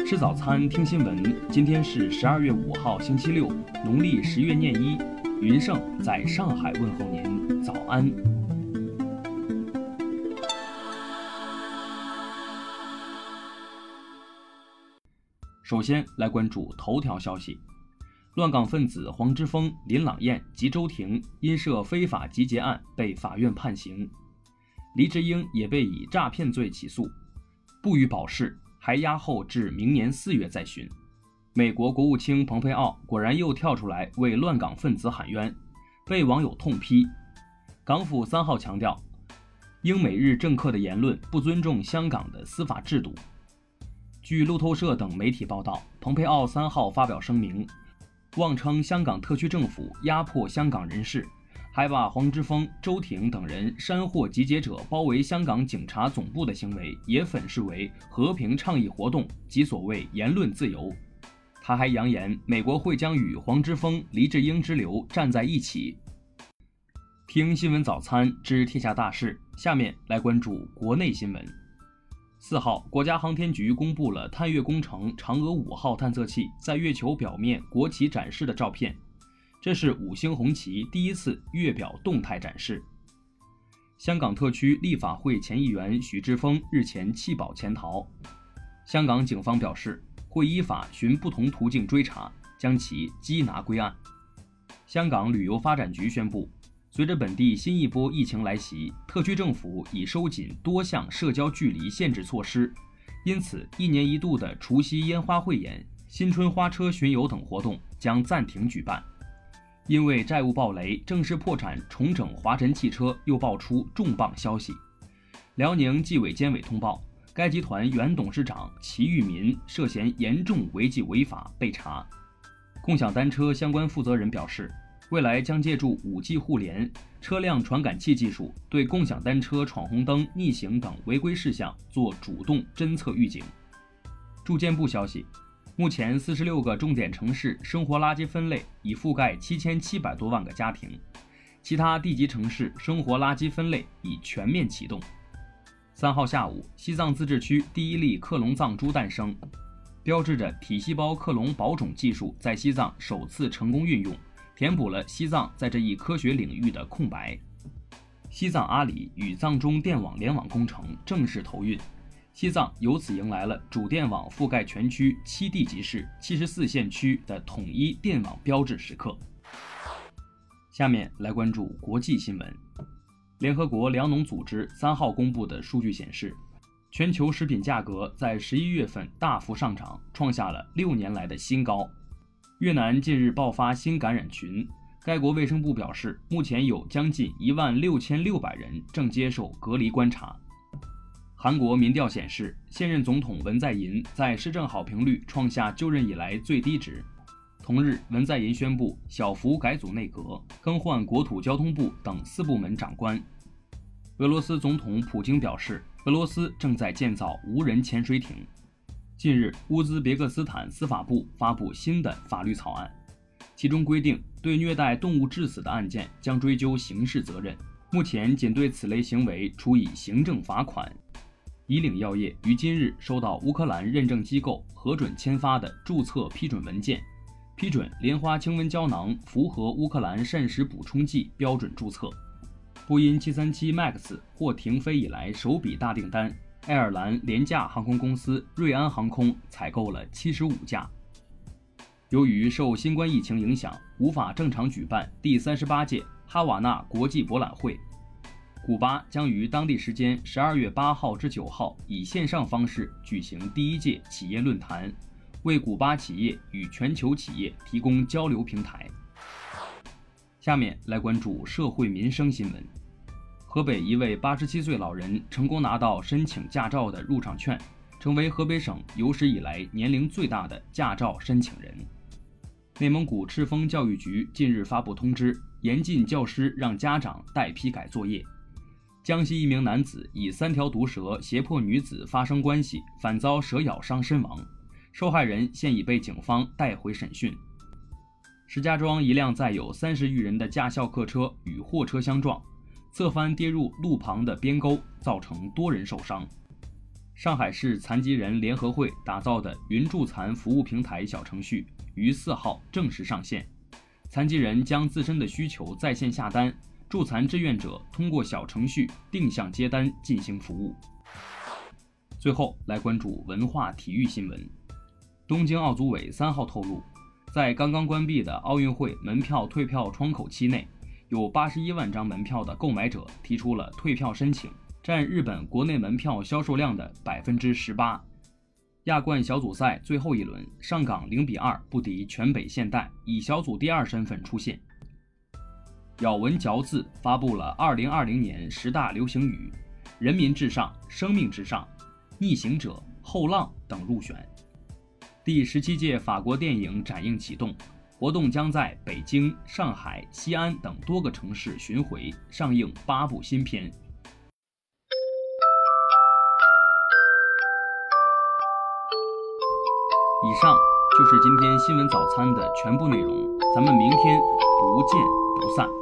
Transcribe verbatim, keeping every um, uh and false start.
吃早餐，听新闻。今天是十二月五号，星期六，农历十月廿一。云盛在上海问候您，早安。首先来关注头条消息：乱港分子黄之锋、林朗彦及周庭因涉非法集结案被法院判刑，黎智英也被以诈骗罪起诉，不予保释，还押后至明年四月再询。美国国务卿蓬佩奥果然又跳出来为乱港分子喊冤，被网友痛批。港府三号强调，英美日政客的言论不尊重香港的司法制度。据路透社等媒体报道，蓬佩奥三号发表声明，妄称香港特区政府压迫香港人士，还把黄之锋、周庭等人煽惑集结者包围香港警察总部的行为也粉饰为和平倡议活动及所谓言论自由。他还扬言美国会将与黄之锋、黎智英之流站在一起。听新闻早餐知天下大事，下面来关注国内新闻。四号，国家航天局公布了探月工程嫦娥五号探测器在月球表面国旗展示的照片，这是五星红旗第一次月表动态展示。香港特区立法会前议员许志峰日前弃保潜逃，香港警方表示会依法循不同途径追查，将其缉拿归案。香港旅游发展局宣布，随着本地新一波疫情来袭，特区政府已收紧多项社交距离限制措施，因此一年一度的除夕烟花汇演、新春花车巡游等活动将暂停举办。因为债务暴雷，正式破产重整华晨汽车又爆出重磅消息。辽宁纪委监委通报，该集团原董事长齐玉民涉嫌严重违纪违法被查。共享单车相关负责人表示，未来将借助 五 G 互联、车辆传感器技术，对共享单车闯红灯、逆行等违规事项做主动侦测预警。住建部消息，目前四十六个重点城市生活垃圾分类已覆盖七千七百多万个家庭，其他地级城市生活垃圾分类已全面启动。三号下午，西藏自治区第一例克隆藏猪诞生，标志着体细胞克隆保种技术在西藏首次成功运用，填补了西藏在这一科学领域的空白。西藏阿里与藏中电网联网工程正式投运，西藏由此迎来了主电网覆盖全区七地级市、七十四县区的统一电网标志时刻。下面来关注国际新闻。联合国粮农组织三号公布的数据显示，全球食品价格在十一月份大幅上涨，创下了六年来的新高。越南近日爆发新感染群，该国卫生部表示，目前有将近一万六千六百人正接受隔离观察。韩国民调显示，现任总统文在寅在施政好评率创下就任以来最低值。同日，文在寅宣布小幅改组内阁，更换国土交通部等四部门长官。俄罗斯总统普京表示，俄罗斯正在建造无人潜水艇。近日，乌兹别克斯坦司法部发布新的法律草案，其中规定，对虐待动物致死的案件将追究刑事责任，目前仅对此类行为处以行政罚款。以岭药业于今日收到乌克兰认证机构核准签发的注册批准文件，批准莲花清瘟胶囊符合乌克兰膳食补充剂标准注册。波音七三七 MAX 获停飞以来首笔大订单，爱尔兰廉价航空公司瑞安航空采购了七十五架。由于受新冠疫情影响，无法正常举办第三十八届哈瓦那国际博览会，古巴将于当地时间十二月八号至九号以线上方式举行第一届企业论坛，为古巴企业与全球企业提供交流平台。下面来关注社会民生新闻。河北一位八十七岁老人成功拿到申请驾照的入场券，成为河北省有史以来年龄最大的驾照申请人。内蒙古赤峰教育局近日发布通知，严禁教师让家长代批改作业。江西一名男子以三条毒蛇胁迫女子发生关系，反遭蛇咬伤身亡，受害人现已被警方带回审讯。石家庄一辆载有三十余人的驾校客车与货车相撞，侧翻跌入路旁的边沟，造成多人受伤。 上海市残疾人联合会打造的云助残服务平台小程序于四号正式上线，残疾人将自身的需求在线下单，助残志愿者通过小程序定向接单进行服务。最后来关注文化体育新闻。东京奥组委三号透露，在刚刚关闭的奥运会门票退票窗口期内，有八十一万张门票的购买者提出了退票申请，占日本国内门票销售量的 百分之十八。 亚冠小组赛最后一轮，上港零比二不敌全北现代，以小组第二身份出线。咬文嚼字发布了二零二零年十大流行语，人民至上、生命至上、逆行者、后浪等入选。第十七届法国电影展映启动，活动将在北京、上海、西安等多个城市巡回，上映八部新片。以上就是今天新闻早餐的全部内容，咱们明天不见不散。